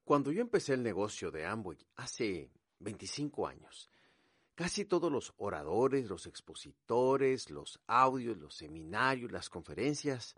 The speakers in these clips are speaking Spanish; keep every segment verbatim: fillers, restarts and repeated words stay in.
Cuando yo empecé el negocio de Amway hace veinticinco años, casi todos los oradores, los expositores, los audios, los seminarios, las conferencias,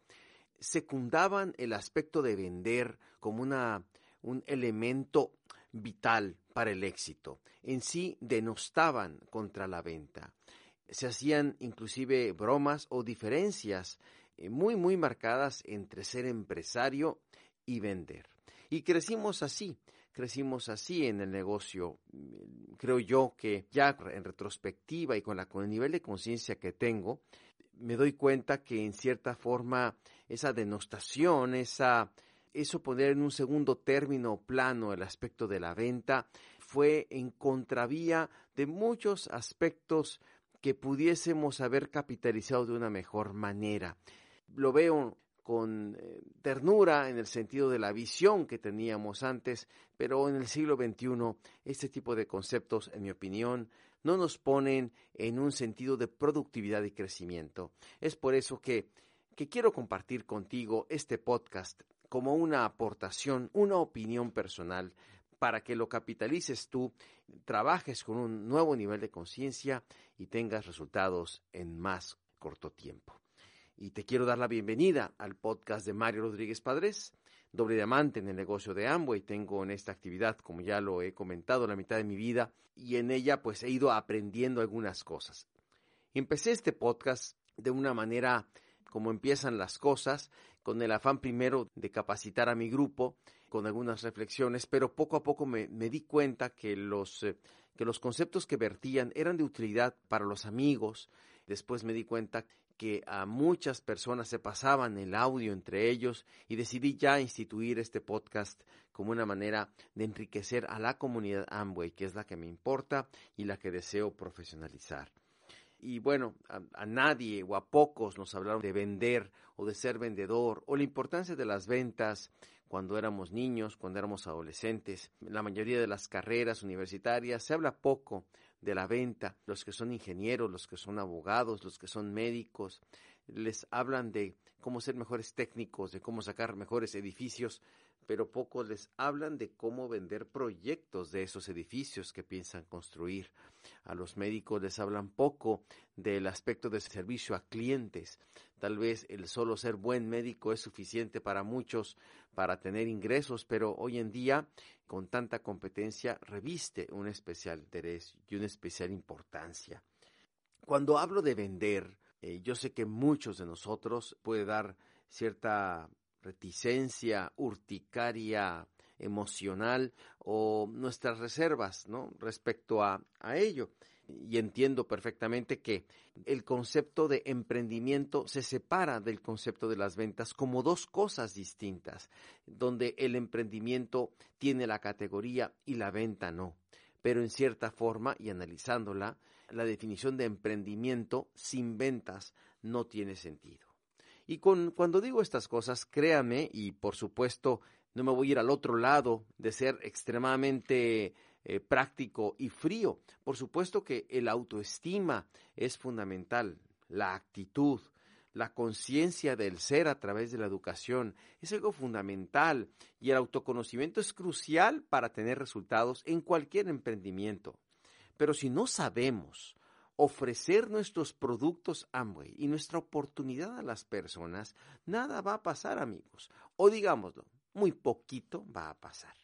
secundaban el aspecto de vender como una, un elemento vital para el éxito. En sí, denostaban contra la venta. Se hacían inclusive bromas o diferencias muy, muy marcadas entre ser empresario y vender. Y crecimos así, crecimos así en el negocio. Creo yo que ya en retrospectiva y con, la, con el nivel de conciencia que tengo, me doy cuenta que en cierta forma esa denostación, esa, eso poner en un segundo término plano el aspecto de la venta, fue en contravía de muchos aspectos que pudiésemos haber capitalizado de una mejor manera. Lo veo con eh, ternura en el sentido de la visión que teníamos antes, pero en el siglo veintiuno este tipo de conceptos, en mi opinión, no nos ponen en un sentido de productividad y crecimiento. Es por eso que, que quiero compartir contigo este podcast como una aportación, una opinión personal, para que lo capitalices tú, trabajes con un nuevo nivel de conciencia y tengas resultados en más corto tiempo. Y te quiero dar la bienvenida al podcast de Mario Rodríguez Padres, doble diamante en el negocio de Amway. Tengo en esta actividad, como ya lo he comentado, la mitad de mi vida, y en ella pues he ido aprendiendo algunas cosas. Empecé este podcast de una manera como empiezan las cosas, con el afán primero de capacitar a mi grupo, con algunas reflexiones, pero poco a poco me, me di cuenta que los, eh, que los conceptos que vertían eran de utilidad para los amigos. Después me di cuenta que a muchas personas se pasaban el audio entre ellos y decidí ya instituir este podcast como una manera de enriquecer a la comunidad Amway, que es la que me importa y la que deseo profesionalizar. Y bueno, a, a nadie o a pocos nos hablaron de vender o de ser vendedor o la importancia de las ventas cuando éramos niños, cuando éramos adolescentes. En la mayoría de las carreras universitarias se habla poco de la venta. Los que son ingenieros, los que son abogados, los que son médicos, les hablan de cómo ser mejores técnicos, de cómo sacar mejores edificios, pero pocos les hablan de cómo vender proyectos de esos edificios que piensan construir. A los médicos les hablan poco del aspecto de servicio a clientes. Tal vez el solo ser buen médico es suficiente para muchos para tener ingresos, pero hoy en día, con tanta competencia, reviste un especial interés y una especial importancia. Cuando hablo de vender, eh, yo sé que muchos de nosotros puede dar cierta reticencia, urticaria emocional o nuestras reservas, ¿no?, respecto a, a ello. Y entiendo perfectamente que el concepto de emprendimiento se separa del concepto de las ventas como dos cosas distintas, donde el emprendimiento tiene la categoría y la venta no. Pero en cierta forma, y analizándola, la definición de emprendimiento sin ventas no tiene sentido. Y con, cuando digo estas cosas, créame, y por supuesto no me voy a ir al otro lado de ser extremadamente eh, práctico y frío. Por supuesto que el autoestima es fundamental, la actitud, la conciencia del ser a través de la educación es algo fundamental y el autoconocimiento es crucial para tener resultados en cualquier emprendimiento. Pero si no sabemos ofrecer nuestros productos Amway y nuestra oportunidad a las personas, nada va a pasar, amigos. O digámoslo, muy poquito va a pasar.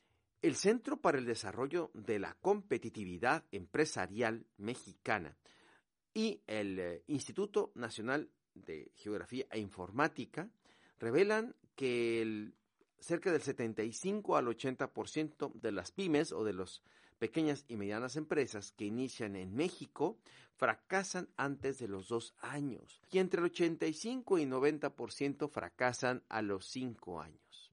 El Centro para el Desarrollo de la Competitividad Empresarial Mexicana y el eh, Instituto Nacional de Geografía e Informática revelan que el, cerca del setenta y cinco al ochenta por ciento de las pymes o de las pequeñas y medianas empresas que inician en México fracasan antes de los dos años y entre el ochenta y cinco y noventa por ciento fracasan a los cinco años.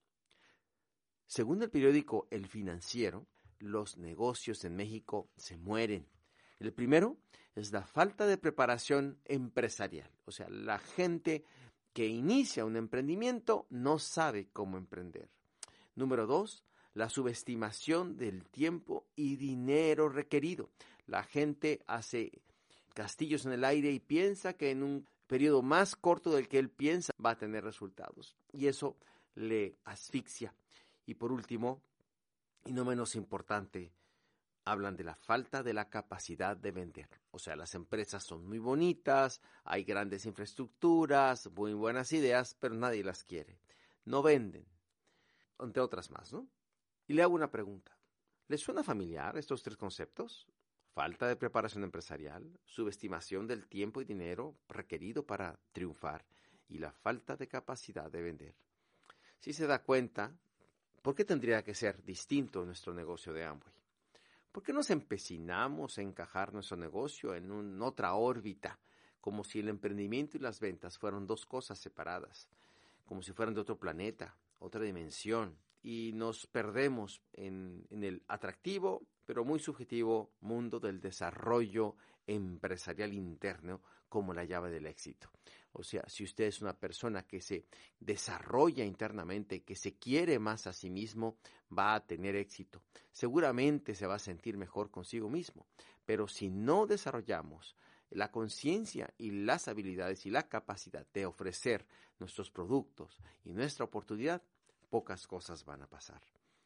Según el periódico El Financiero, los negocios en México se mueren. El primero es la falta de preparación empresarial, o sea, la gente que inicia un emprendimiento no sabe cómo emprender. Número dos, la subestimación del tiempo y dinero requerido. La gente hace castillos en el aire y piensa que en un periodo más corto del que él piensa va a tener resultados, y eso le asfixia. Y por último, Y no menos importante, hablan de la falta de la capacidad de vender. O sea, las empresas son muy bonitas, hay grandes infraestructuras, muy buenas ideas, pero nadie las quiere. No venden, entre otras más, ¿no? Y le hago una pregunta. ¿Les suena familiar estos tres conceptos? Falta de preparación empresarial, subestimación del tiempo y dinero requerido para triunfar y la falta de capacidad de vender. Si se da cuenta, ¿por qué tendría que ser distinto nuestro negocio de Amway? ¿Por qué nos empecinamos en encajar nuestro negocio en un, otra órbita, como si el emprendimiento y las ventas fueran dos cosas separadas, como si fueran de otro planeta, otra dimensión, y nos perdemos en, en el atractivo, pero muy subjetivo mundo del desarrollo empresarial interno como la llave del éxito? O sea, si usted es una persona que se desarrolla internamente, que se quiere más a sí mismo, va a tener éxito. Seguramente se va a sentir mejor consigo mismo, pero si no desarrollamos la conciencia y las habilidades y la capacidad de ofrecer nuestros productos y nuestra oportunidad, pocas cosas van a pasar.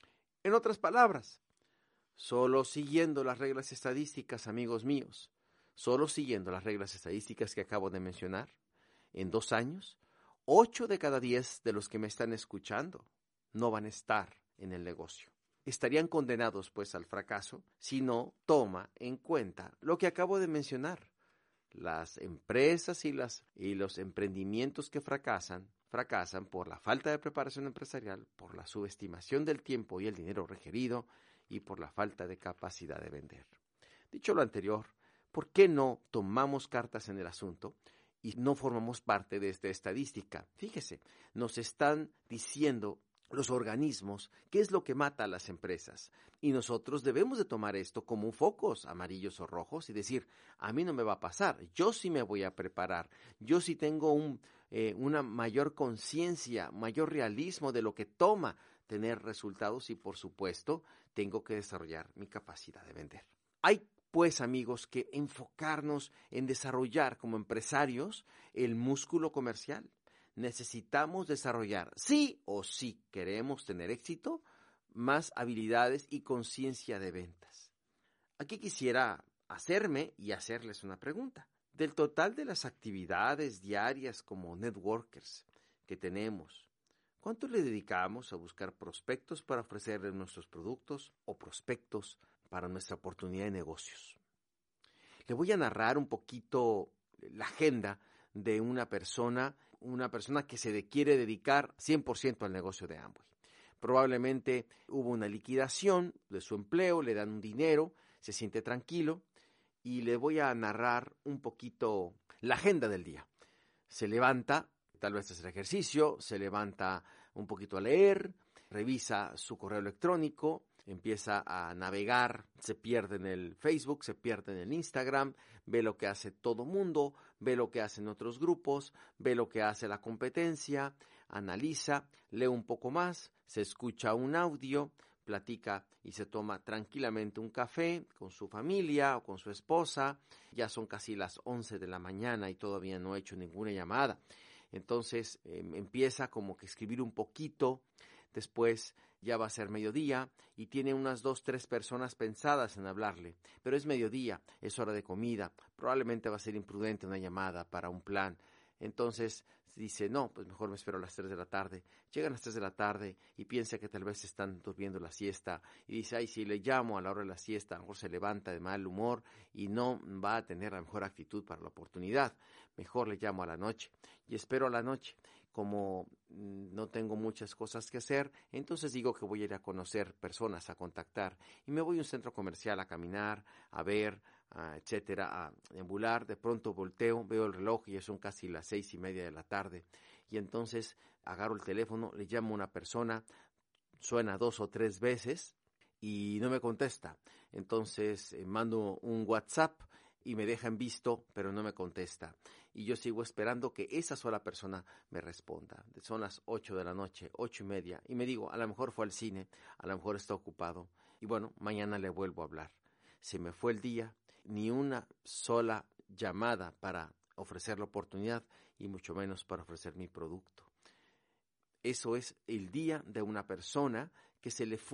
En otras palabras, solo siguiendo las reglas estadísticas, amigos míos, solo siguiendo las reglas estadísticas que acabo de mencionar, en dos años, ocho de cada diez de los que me están escuchando no van a estar en el negocio. Estarían condenados, pues, al fracaso si no toma en cuenta lo que acabo de mencionar. Las empresas y, las, y los emprendimientos que fracasan, fracasan por la falta de preparación empresarial, por la subestimación del tiempo y el dinero requerido y por la falta de capacidad de vender. Dicho lo anterior, ¿por qué no tomamos cartas en el asunto y no formamos parte de esta estadística? Fíjese, nos están diciendo los organismos qué es lo que mata a las empresas. Y nosotros debemos de tomar esto como focos amarillos o rojos y decir, a mí no me va a pasar, yo sí me voy a preparar, yo sí tengo un, eh, una mayor conciencia, mayor realismo de lo que toma tener resultados y, por supuesto, tengo que desarrollar mi capacidad de vender. Hay pues, amigos, que enfocarnos en desarrollar como empresarios el músculo comercial. Necesitamos desarrollar, sí o sí queremos tener éxito, más habilidades y conciencia de ventas. Aquí quisiera hacerme y hacerles una pregunta. Del total de las actividades diarias como networkers que tenemos, ¿cuánto le dedicamos a buscar prospectos para ofrecerles nuestros productos o prospectos para nuestra oportunidad de negocios? Le voy a narrar un poquito la agenda de una persona, una persona que se quiere dedicar cien por ciento al negocio de Amway. Probablemente hubo una liquidación de su empleo, le dan un dinero, se siente tranquilo y le voy a narrar un poquito la agenda del día. Se levanta, tal vez hacer ejercicio, se levanta un poquito a leer, revisa su correo electrónico, empieza a navegar, se pierde en el Facebook, se pierde en el Instagram, ve lo que hace todo mundo, ve lo que hacen otros grupos, ve lo que hace la competencia, analiza, lee un poco más, se escucha un audio, platica y se toma tranquilamente un café con su familia o con su esposa. Ya son casi las once de la mañana y todavía no he hecho ninguna llamada. Entonces eh, empieza como que escribir un poquito, después ya va a ser mediodía y tiene unas dos, tres personas pensadas en hablarle, pero es mediodía, es hora de comida, probablemente va a ser imprudente una llamada para un plan. Entonces dice, no, pues mejor me espero a las tres de la tarde. Llegan a las tres de la tarde y piensa que tal vez están durmiendo la siesta y dice, ay, si le llamo a la hora de la siesta, a lo mejor se levanta de mal humor y no va a tener la mejor actitud para la oportunidad. Mejor le llamo a la noche y espero a la noche. Como no tengo muchas cosas que hacer, entonces digo que voy a ir a conocer personas, a contactar, y me voy a un centro comercial a caminar, a ver, a, etcétera, a deambular. De pronto volteo, veo el reloj y ya son casi las seis y media de la tarde, y entonces agarro el teléfono, le llamo a una persona, suena dos o tres veces y no me contesta. Entonces eh, mando un WhatsApp y me deja en visto, pero no me contesta. Y yo sigo esperando que esa sola persona me responda. Son las ocho de la noche, ocho y media, y me digo, a lo mejor fue al cine, a lo mejor está ocupado, y bueno, mañana le vuelvo a hablar. Se me fue el día, ni una sola llamada para ofrecer la oportunidad, y mucho menos para ofrecer mi producto. Eso es el día de una persona que se le fue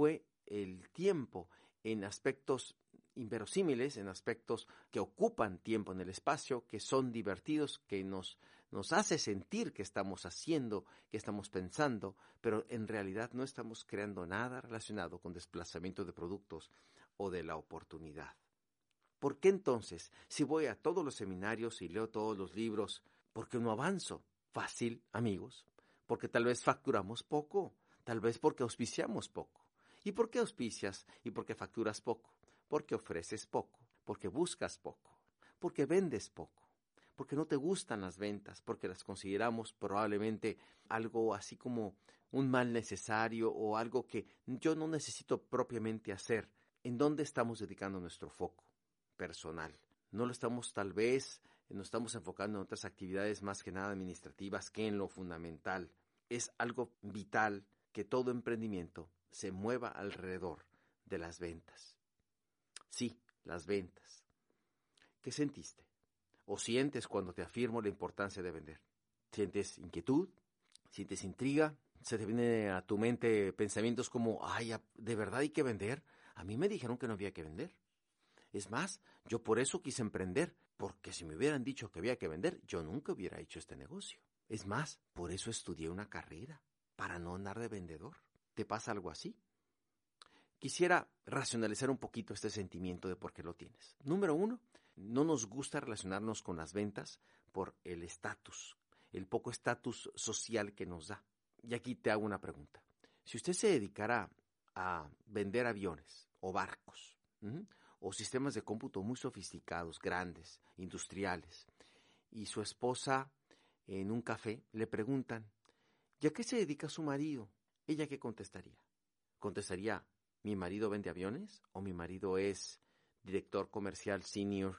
el tiempo en aspectos inverosímiles, en aspectos que ocupan tiempo en el espacio, que son divertidos, que nos, nos hace sentir que estamos haciendo, que estamos pensando, pero en realidad no estamos creando nada relacionado con desplazamiento de productos o de la oportunidad. ¿Por qué entonces, si voy a todos los seminarios y leo todos los libros, por qué no avanzo? Fácil, amigos, porque tal vez facturamos poco, tal vez porque auspiciamos poco. ¿Y por qué auspicias y por qué facturas poco? Porque ofreces poco, porque buscas poco, porque vendes poco, porque no te gustan las ventas, porque las consideramos probablemente algo así como un mal necesario o algo que yo no necesito propiamente hacer. ¿En dónde estamos dedicando nuestro foco personal? No lo estamos tal vez, nos estamos enfocando en otras actividades más que nada administrativas que en lo fundamental. Es algo vital que todo emprendimiento se mueva alrededor de las ventas. Sí, las ventas. ¿Qué sentiste? ¿O sientes cuando te afirmo la importancia de vender? ¿Sientes inquietud? ¿Sientes intriga? ¿Se te vienen a tu mente pensamientos como, ay, ¿de verdad hay que vender? A mí me dijeron que no había que vender. Es más, yo por eso quise emprender, porque si me hubieran dicho que había que vender, yo nunca hubiera hecho este negocio. Es más, por eso estudié una carrera, para no andar de vendedor. ¿Te pasa algo así? Quisiera racionalizar un poquito este sentimiento de por qué lo tienes. Número uno, no nos gusta relacionarnos con las ventas por el estatus, el poco estatus social que nos da. Y aquí te hago una pregunta. Si usted se dedicara a vender aviones o barcos, ¿m? o sistemas de cómputo muy sofisticados, grandes, industriales, y su esposa en un café le preguntan, ¿y a qué se dedica su marido? ¿Ella qué contestaría? Contestaría, ¿mi marido vende aviones? ¿O mi marido es director comercial senior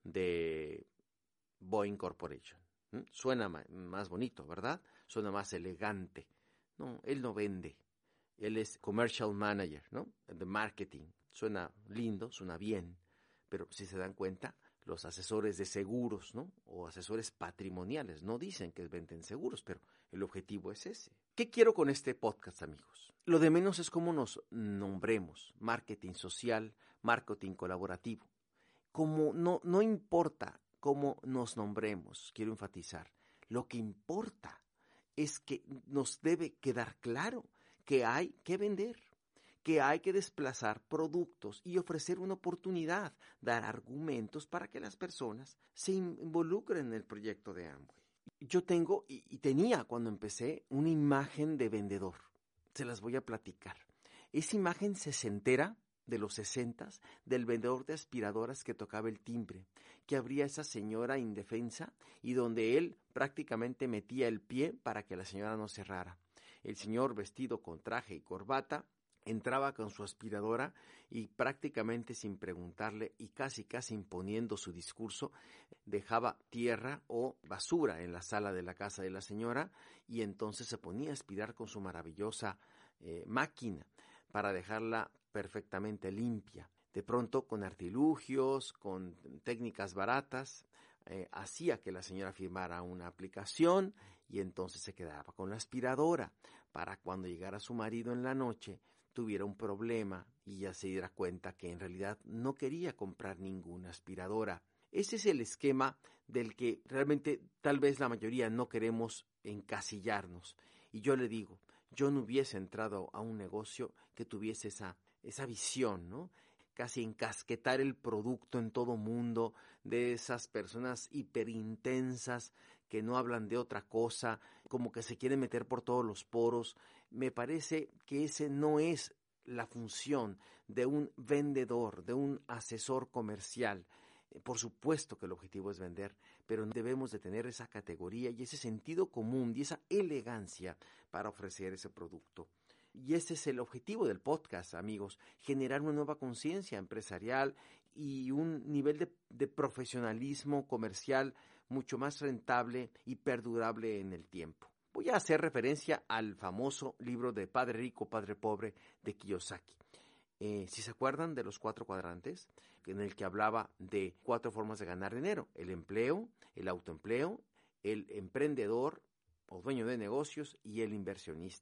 de Boeing Corporation? ¿Mm? Suena ma- más bonito, ¿verdad? Suena más elegante. No, él no vende. Él es commercial manager, ¿no? De marketing. Suena lindo, suena bien. Pero si se dan cuenta, los asesores de seguros, ¿no? O asesores patrimoniales no dicen que venden seguros, pero el objetivo es ese. ¿Qué quiero con este podcast, amigos? Lo de menos es cómo nos nombremos. Marketing social, marketing colaborativo. Como no, no importa cómo nos nombremos, quiero enfatizar, lo que importa es que nos debe quedar claro que hay que vender, que hay que desplazar productos y ofrecer una oportunidad, dar argumentos para que las personas se involucren en el proyecto de Amway. Yo tengo y, y tenía cuando empecé una imagen de vendedor, se las voy a platicar. Esa imagen sesentera de los sesentas, del vendedor de aspiradoras que tocaba el timbre, que abría esa señora indefensa y donde él prácticamente metía el pie para que la señora no cerrara. El señor vestido con traje y corbata entraba con su aspiradora y prácticamente sin preguntarle y casi casi imponiendo su discurso, dejaba tierra o basura en la sala de la casa de la señora y entonces se ponía a aspirar con su maravillosa eh, máquina para dejarla perfectamente limpia. De pronto, con artilugios, con técnicas baratas, eh, hacía que la señora firmara una aplicación y entonces se quedaba con la aspiradora para cuando llegara su marido en la noche tuviera un problema y ya se diera cuenta que en realidad no quería comprar ninguna aspiradora. Ese es el esquema del que realmente tal vez la mayoría no queremos encasillarnos. Y yo le digo, yo no hubiese entrado a un negocio que tuviese esa, esa visión, ¿no? Casi encasquetar el producto en todo mundo, de esas personas hiperintensas que no hablan de otra cosa, como que se quieren meter por todos los poros. Me parece que ese no es la función de un vendedor, de un asesor comercial. Por supuesto que el objetivo es vender, pero debemos de tener esa categoría y ese sentido común y esa elegancia para ofrecer ese producto. Y ese es el objetivo del podcast, amigos, generar una nueva conciencia empresarial y un nivel de, de profesionalismo comercial mucho más rentable y perdurable en el tiempo. Voy a hacer referencia al famoso libro de Padre Rico, Padre Pobre de Kiyosaki. Eh, si se acuerdan de los cuatro cuadrantes, en el que hablaba de cuatro formas de ganar dinero: el empleo, el autoempleo, el emprendedor o dueño de negocios y el inversionista.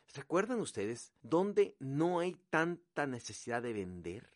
¿Recuerdan ustedes dónde no hay tanta necesidad de vender?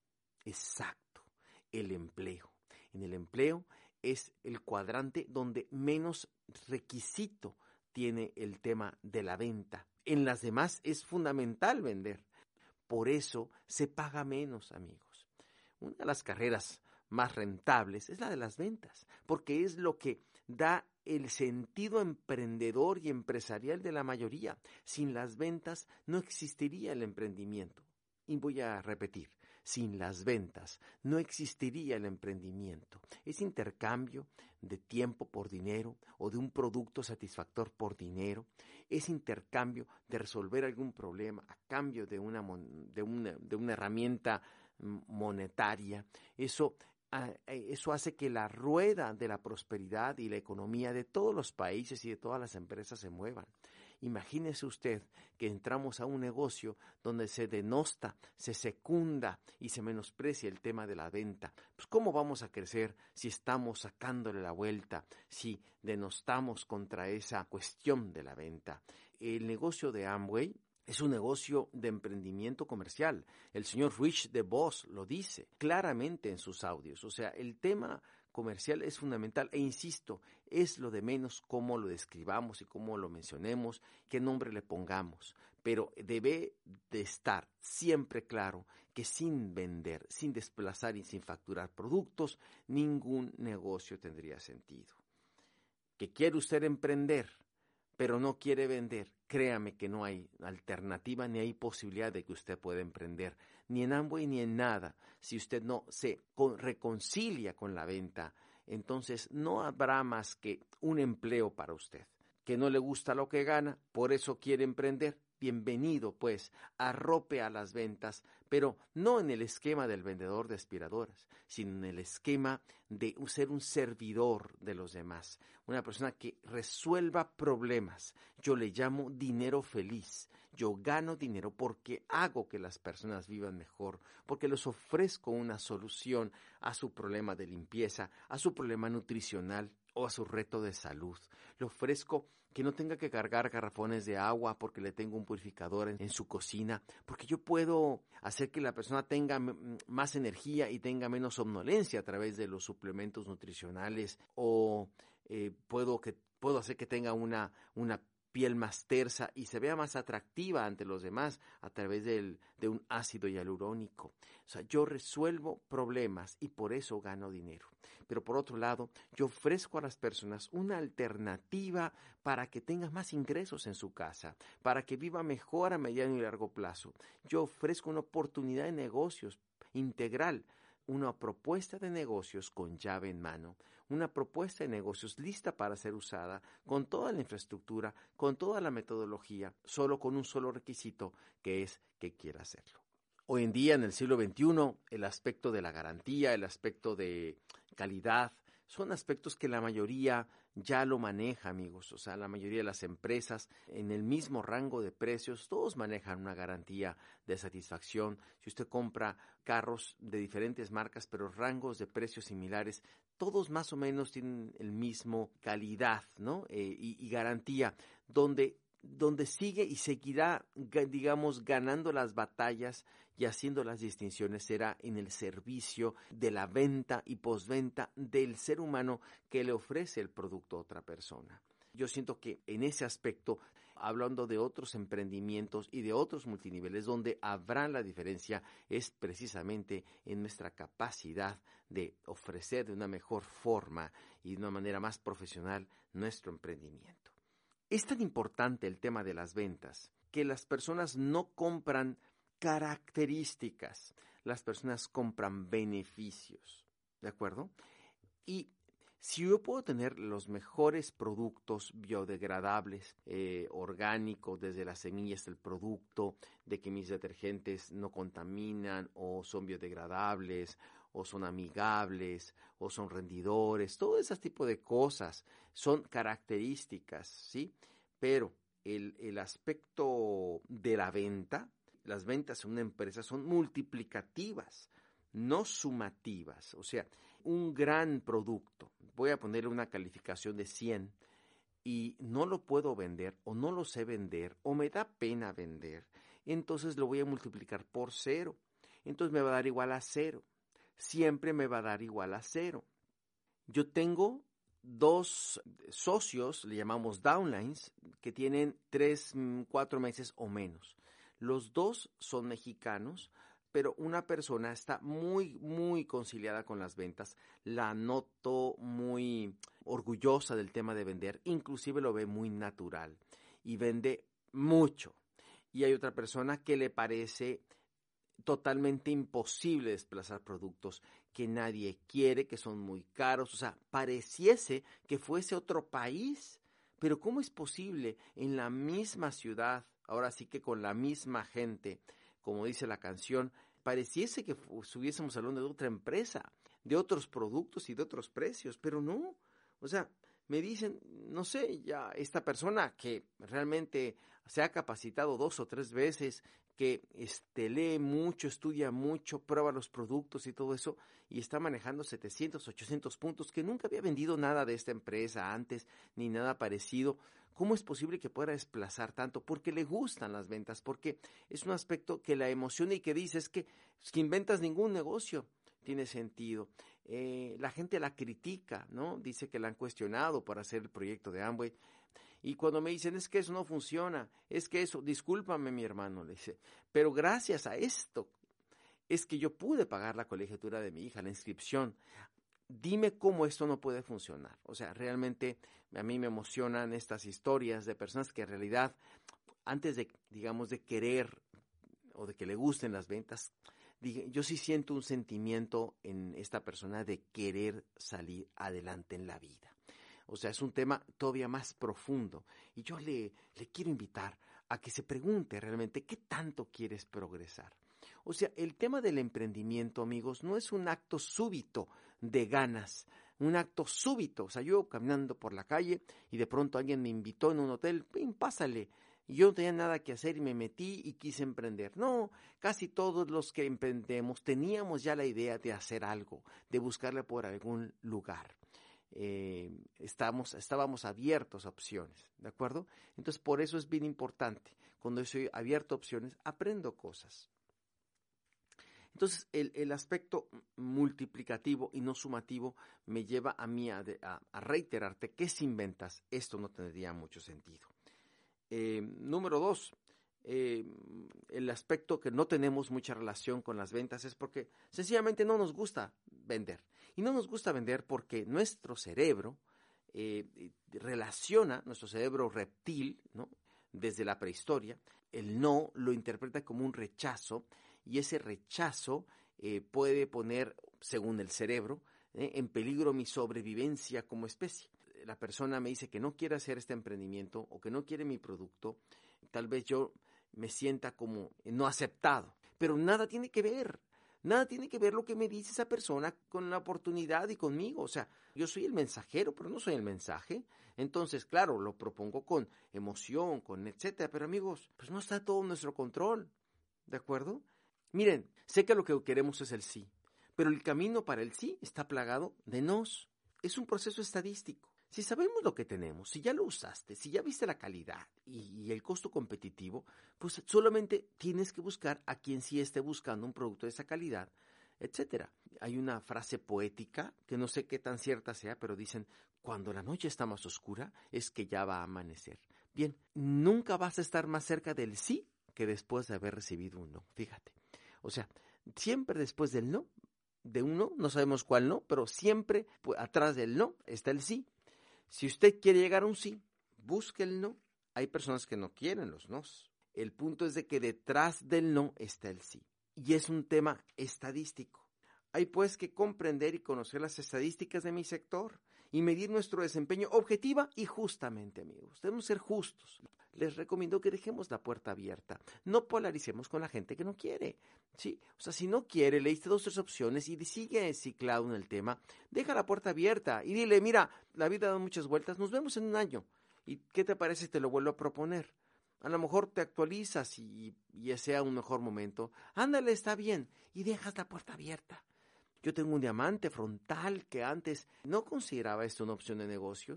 Exacto, el empleo. En el empleo es el cuadrante donde menos requisito tiene el tema de la venta. En las demás es fundamental vender. Por eso se paga menos, amigos. Una de las carreras más rentables es la de las ventas, porque es lo que da el sentido emprendedor y empresarial de la mayoría. Sin las ventas no existiría el emprendimiento. Y voy a repetir, sin las ventas no existiría el emprendimiento. Ese intercambio de tiempo por dinero o de un producto satisfactor por dinero, ese intercambio de resolver algún problema a cambio de una, de una, de una herramienta monetaria, eso Eso hace que la rueda de la prosperidad y la economía de todos los países y de todas las empresas se muevan. Imagínese usted que entramos a un negocio donde se denosta, se secunda y se menosprecia el tema de la venta. Pues ¿cómo vamos a crecer si estamos sacándole la vuelta, si denostamos contra esa cuestión de la venta? El negocio de Amway es un negocio de emprendimiento comercial. El señor Rich DeVos lo dice claramente en sus audios. O sea, el tema comercial es fundamental e insisto, es lo de menos cómo lo describamos y cómo lo mencionemos, qué nombre le pongamos. Pero debe de estar siempre claro que sin vender, sin desplazar y sin facturar productos, ningún negocio tendría sentido. ¿Que quiere usted emprender, pero no quiere vender? Créame que no hay alternativa ni hay posibilidad de que usted pueda emprender, ni en Amway ni en nada. Si usted no se reconcilia con la venta, entonces no habrá más que un empleo para usted. Que no le gusta lo que gana, por eso quiere emprender. Bienvenido, pues, arrope a las ventas, pero no en el esquema del vendedor de aspiradoras, sino en el esquema de ser un servidor de los demás, una persona que resuelva problemas. Yo le llamo dinero feliz. Yo gano dinero porque hago que las personas vivan mejor, porque les ofrezco una solución a su problema de limpieza, a su problema nutricional o a su reto de salud. Le ofrezco que no tenga que cargar garrafones de agua porque le tengo un purificador en, en su cocina, porque yo puedo hacer que la persona tenga m- más energía y tenga menos somnolencia a través de los suplementos nutricionales, o eh, puedo, que, puedo hacer que tenga una, una piel más tersa y se vea más atractiva ante los demás a través del, de un ácido hialurónico. O sea, yo resuelvo problemas y por eso gano dinero. Pero por otro lado, yo ofrezco a las personas una alternativa para que tengan más ingresos en su casa, para que viva mejor a mediano y largo plazo. Yo ofrezco una oportunidad de negocios integral, una propuesta de negocios con llave en mano, una propuesta de negocios lista para ser usada, con toda la infraestructura, con toda la metodología, solo con un solo requisito, que es que quiera hacerlo. Hoy en día, en el siglo veintiuno, el aspecto de la garantía, el aspecto de calidad, son aspectos que la mayoría ya lo maneja, amigos. O sea, la mayoría de las empresas en el mismo rango de precios, todos manejan una garantía de satisfacción. Si usted compra carros de diferentes marcas, pero rangos de precios similares, todos más o menos tienen el mismo calidad, ¿no? Eh, y, y garantía, donde donde sigue y seguirá, digamos, ganando las batallas y haciendo las distinciones será en el servicio de la venta y postventa del ser humano que le ofrece el producto a otra persona. Yo siento que en ese aspecto, hablando de otros emprendimientos y de otros multiniveles, donde habrá la diferencia es precisamente en nuestra capacidad de ofrecer de una mejor forma y de una manera más profesional nuestro emprendimiento. Es tan importante el tema de las ventas que las personas no compran características, las personas compran beneficios, ¿de acuerdo? Y si yo puedo tener los mejores productos biodegradables, eh, orgánicos, desde las semillas del producto, de que mis detergentes no contaminan o son biodegradables, o son amigables, o son rendidores, todo ese tipo de cosas son características, ¿sí? Pero el, el aspecto de la venta, las ventas en una empresa son multiplicativas, no sumativas. O sea, un gran producto, voy a ponerle una calificación de cien, y no lo puedo vender o no lo sé vender o me da pena vender, entonces lo voy a multiplicar por cero. Entonces me va a dar igual a cero. Siempre me va a dar igual a cero. Yo tengo dos socios, le llamamos downlines, que tienen tres, cuatro meses o menos. Los dos son mexicanos, pero una persona está muy, muy conciliada con las ventas. La noto muy orgullosa del tema de vender, inclusive lo ve muy natural y vende mucho. Y hay otra persona que le parece totalmente imposible desplazar productos que nadie quiere, que son muy caros. O sea, pareciese que fuese otro país. Pero ¿cómo es posible en la misma ciudad, ahora sí que con la misma gente, como dice la canción, pareciese que estuviésemos hablando de otra empresa, de otros productos y de otros precios? Pero no. O sea, me dicen, no sé, ya esta persona que realmente se ha capacitado dos o tres veces, que este, lee mucho, estudia mucho, prueba los productos y todo eso, y está manejando setecientos, ochocientos puntos, que nunca había vendido nada de esta empresa antes, ni nada parecido. ¿Cómo es posible que pueda desplazar tanto? Porque le gustan las ventas, porque es un aspecto que la emociona y que dice, es que sin ventas ningún negocio tiene sentido. Eh, la gente la critica, ¿no? Dice que la han cuestionado para hacer el proyecto de Amway. Y cuando me dicen, es que eso no funciona, es que eso, discúlpame mi hermano, le dice, pero gracias a esto es que yo pude pagar la colegiatura de mi hija, la inscripción. Dime cómo esto no puede funcionar. O sea, realmente a mí me emocionan estas historias de personas que en realidad, antes de, digamos, de querer o de que le gusten las ventas, yo sí siento un sentimiento en esta persona de querer salir adelante en la vida. O sea, es un tema todavía más profundo. Y yo le, le quiero invitar a que se pregunte realmente qué tanto quieres progresar. O sea, el tema del emprendimiento, amigos, no es un acto súbito de ganas, un acto súbito. O sea, yo caminando por la calle y de pronto alguien me invitó en un hotel, ¡pim, pásale! Y yo no tenía nada que hacer y me metí y quise emprender. No, casi todos los que emprendemos teníamos ya la idea de hacer algo, de buscarle por algún lugar. Eh, estamos, estábamos abiertos a opciones, ¿de acuerdo? Entonces, por eso es bien importante. Cuando estoy abierto a opciones, aprendo cosas. Entonces, el, el aspecto multiplicativo y no sumativo me lleva a mí a, a, a reiterarte que sin ventas esto no tendría mucho sentido. Eh, número dos, eh, el aspecto que no tenemos mucha relación con las ventas es porque sencillamente no nos gusta vender. Y no nos gusta vender porque nuestro cerebro eh, relaciona, nuestro cerebro reptil, ¿no? Desde la prehistoria, el no lo interpreta como un rechazo y ese rechazo eh, puede poner, según el cerebro, eh, en peligro mi sobrevivencia como especie. La persona me dice que no quiere hacer este emprendimiento o que no quiere mi producto, tal vez yo me sienta como no aceptado, pero nada tiene que ver. Nada tiene que ver lo que me dice esa persona con la oportunidad y conmigo. O sea, yo soy el mensajero, pero no soy el mensaje. Entonces, claro, lo propongo con emoción, con etcétera. Pero amigos, pues no está todo en nuestro control. ¿De acuerdo? Miren, sé que lo que queremos es el sí, pero el camino para el sí está plagado de nos. Es un proceso estadístico. Si sabemos lo que tenemos, si ya lo usaste, si ya viste la calidad y, y el costo competitivo, pues solamente tienes que buscar a quien sí esté buscando un producto de esa calidad, etcétera. Hay una frase poética que no sé qué tan cierta sea, pero dicen, cuando la noche está más oscura es que ya va a amanecer. Bien, nunca vas a estar más cerca del sí que después de haber recibido un no, fíjate. O sea, siempre después del no, de un no, no sabemos cuál no, pero siempre pues, atrás del no está el sí. Si usted quiere llegar a un sí, busque el no. Hay personas que no quieren los nos. El punto es de que detrás del no está el sí. Y es un tema estadístico. Hay pues que comprender y conocer las estadísticas de mi sector y medir nuestro desempeño objetiva y justamente, amigos. Debemos ser justos. Les recomiendo que dejemos la puerta abierta. No polaricemos con la gente que no quiere. ¿Sí? O sea, si no quiere, le diste dos o tres opciones y sigue ciclado en el tema, deja la puerta abierta y dile, mira, la vida da muchas vueltas, nos vemos en un año. ¿Y qué te parece si te lo vuelvo a proponer? A lo mejor te actualizas y, y sea un mejor momento. Ándale, está bien. Y dejas la puerta abierta. Yo tengo un diamante frontal que antes no consideraba esto una opción de negocios.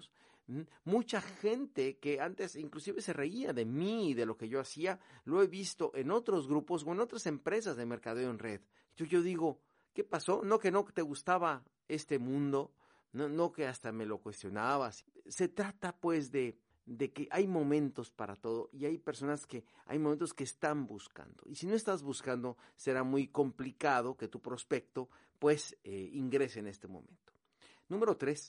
¿Mm? Mucha gente que antes inclusive se reía de mí y de lo que yo hacía, lo he visto en otros grupos o en otras empresas de mercadeo en red. Yo, yo digo, ¿qué pasó? No que no te gustaba este mundo, no, no que hasta me lo cuestionabas. Se trata pues de, de que hay momentos para todo y hay personas que, hay momentos que están buscando. Y si no estás buscando, será muy complicado que tu prospecto pues eh, ingrese en este momento. Número tres,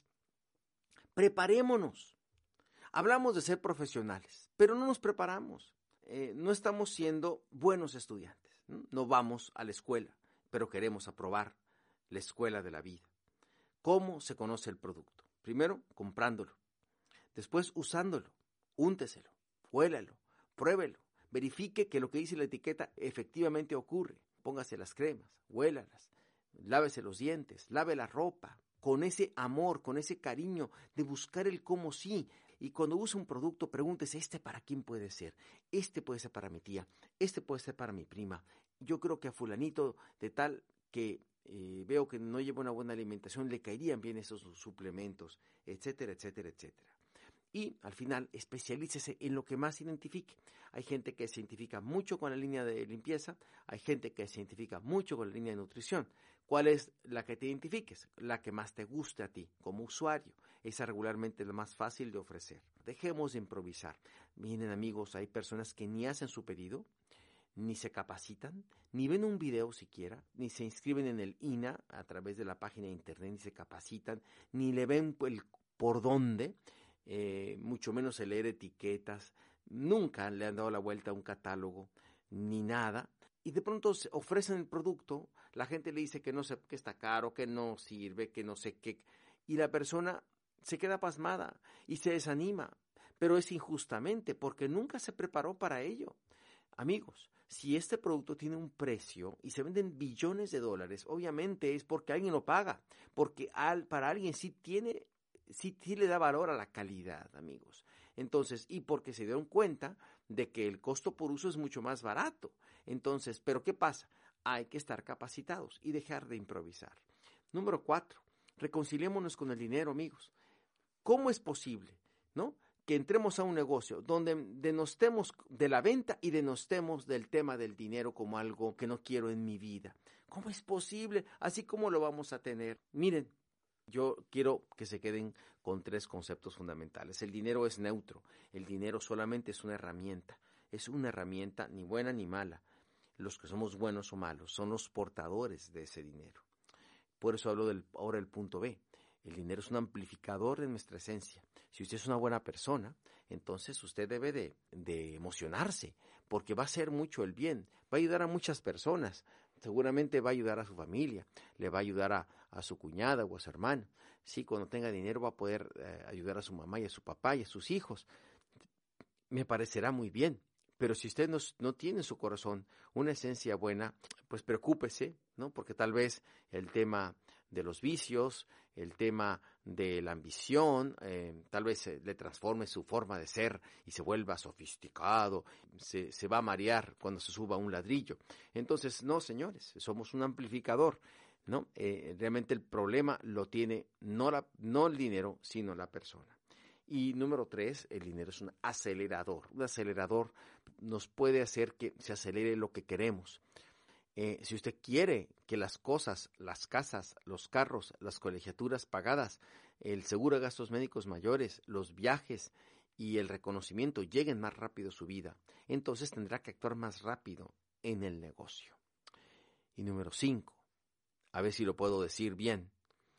preparémonos. Hablamos de ser profesionales, pero no nos preparamos. Eh, no estamos siendo buenos estudiantes. ¿no? no vamos a la escuela, pero queremos aprobar la escuela de la vida. ¿Cómo se conoce el producto? Primero, comprándolo. Después, usándolo. Únteselo, huélalo, pruébelo. Verifique que lo que dice la etiqueta efectivamente ocurre. Póngase las cremas, huélalas, lávese los dientes, lave la ropa. Con ese amor, con ese cariño de buscar el cómo sí. Y cuando use un producto, pregúntese, ¿este para quién puede ser? Este puede ser para mi tía, este puede ser para mi prima. Yo creo que a fulanito de tal que eh, veo que no lleva una buena alimentación, le caerían bien esos suplementos, etcétera, etcétera, etcétera. Y al final, especialícese en lo que más identifique. Hay gente que se identifica mucho con la línea de limpieza, hay gente que se identifica mucho con la línea de nutrición. ¿Cuál es la que te identifiques? La que más te guste a ti como usuario. Esa regularmente es la más fácil de ofrecer. Dejemos de improvisar. Miren amigos, hay personas que ni hacen su pedido, ni se capacitan, ni ven un video siquiera, ni se inscriben en el I N A a través de la página de internet, ni se capacitan, ni le ven el por dónde, eh, mucho menos el leer etiquetas, nunca le han dado la vuelta a un catálogo, ni nada, y de pronto ofrecen el producto, la gente le dice que no sé, que está caro, que no sirve, que no sé qué, y la persona se queda pasmada y se desanima, pero es injustamente porque nunca se preparó para ello. Amigos, si este producto tiene un precio y se venden billones de dólares, obviamente es porque alguien lo paga, porque al, para alguien sí tiene, sí, sí le da valor a la calidad, amigos. Entonces, y porque se dieron cuenta de que el costo por uso es mucho más barato. Entonces, ¿pero qué pasa? Hay que estar capacitados y dejar de improvisar. Número cuatro, reconciliémonos con el dinero, amigos. ¿Cómo es posible, no? que entremos a un negocio donde denostemos de la venta y denostemos del tema del dinero como algo que no quiero en mi vida? ¿Cómo es posible? Así como lo vamos a tener. Miren, yo quiero que se queden con tres conceptos fundamentales. El dinero es neutro. El dinero solamente es una herramienta. Es una herramienta ni buena ni mala. Los que somos buenos o malos son los portadores de ese dinero. Por eso hablo del, ahora del punto B. El dinero es un amplificador de nuestra esencia. Si usted es una buena persona, entonces usted debe de, de emocionarse, porque va a hacer mucho el bien, va a ayudar a muchas personas, seguramente va a ayudar a su familia, le va a ayudar a, a su cuñada o a su hermano. Sí, cuando tenga dinero va a poder eh, ayudar a su mamá y a su papá y a sus hijos. Me parecerá muy bien, pero si usted no, no tiene en su corazón una esencia buena, pues preocúpese, ¿no? Porque tal vez el tema de los vicios, el tema de la ambición, eh, tal vez eh, le transforme su forma de ser y se vuelva sofisticado, se, se va a marear cuando se suba a un ladrillo. Entonces, no, señores, somos un amplificador, ¿no? Eh, realmente el problema lo tiene no, la, no el dinero, sino la persona. Y número tres, el dinero es un acelerador. Un acelerador nos puede hacer que se acelere lo que queremos. Eh, si usted quiere que las cosas, las casas, los carros, las colegiaturas pagadas, el seguro de gastos médicos mayores, los viajes y el reconocimiento lleguen más rápido a su vida, entonces tendrá que actuar más rápido en el negocio. Y número cinco, a ver si lo puedo decir bien,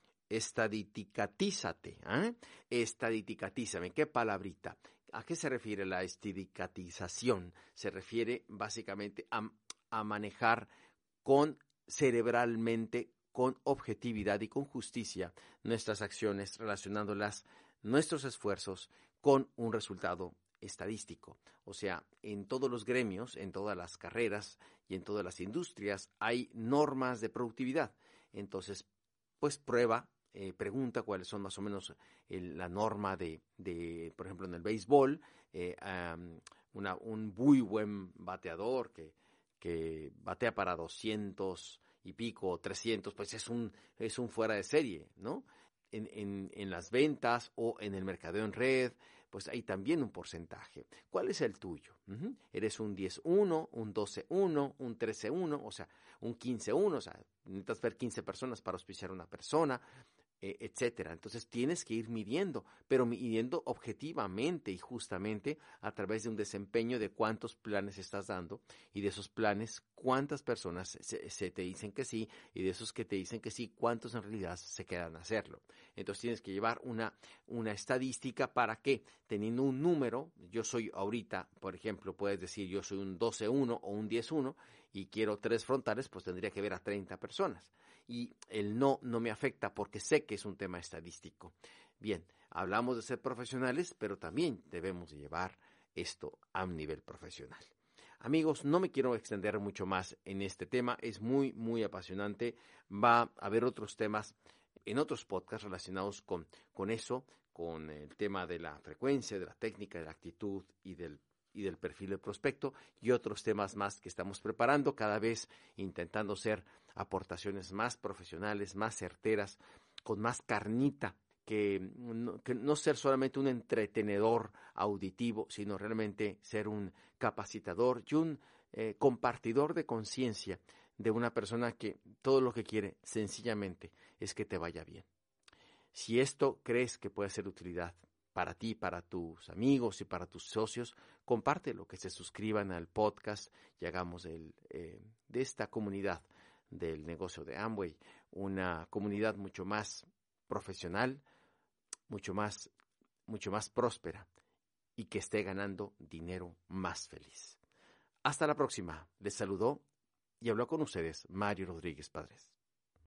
estadicatízate, ¿eh? Estadicatízame, ¿qué palabrita? ¿A qué se refiere la estadicatización? Se refiere básicamente a, a manejar con cerebralmente, con objetividad y con justicia nuestras acciones, relacionándolas, nuestros esfuerzos con un resultado estadístico. O sea, en todos los gremios, en todas las carreras y en todas las industrias hay normas de productividad. Entonces, pues prueba, eh, pregunta cuáles son más o menos el, la norma de, de, por ejemplo, en el béisbol, eh, um, una, un muy buen bateador que que batea para doscientos y pico, trescientos, pues es un, es un fuera de serie, ¿no? en, en, en las ventas o en el mercadeo en red, pues hay también un porcentaje. ¿Cuál es el tuyo? Uh-huh. ¿Eres un diez uno, un doce uno, un trece uno, o sea, un quince uno? O sea, necesitas ver quince personas para auspiciar a una persona, eh, etcétera. Entonces tienes que ir midiendo, pero midiendo objetivamente y justamente a través de un desempeño de cuántos planes estás dando y de esos planes cuántas personas se, se te dicen que sí y de esos que te dicen que sí, cuántos en realidad se quedan a hacerlo. Entonces tienes que llevar una, una estadística para que, teniendo un número, yo soy ahorita, por ejemplo, puedes decir yo soy un doce uno o un diez uno y quiero tres frontales, pues tendría que ver a treinta personas. Y el no no me afecta porque sé que es un tema estadístico. Bien, hablamos de ser profesionales, pero también debemos llevar esto a un nivel profesional. Amigos, no me quiero extender mucho más en este tema, es muy, muy apasionante. Va a haber otros temas en otros podcasts relacionados con, con eso, con el tema de la frecuencia, de la técnica, de la actitud y del y del perfil del prospecto y otros temas más que estamos preparando, cada vez intentando ser aportaciones más profesionales, más certeras, con más carnita, que no, que no ser solamente un entretenedor auditivo, sino realmente ser un capacitador y un eh, compartidor de conciencia de una persona que todo lo que quiere sencillamente es que te vaya bien. Si esto crees que puede ser de utilidad para ti, para tus amigos y para tus socios, compártelo, que se suscriban al podcast y hagamos el, eh, de esta comunidad del negocio de Amway una comunidad mucho más profesional, mucho más, mucho más próspera y que esté ganando dinero más feliz. Hasta la próxima. Les saludó y habló con ustedes Mario Rodríguez Padres.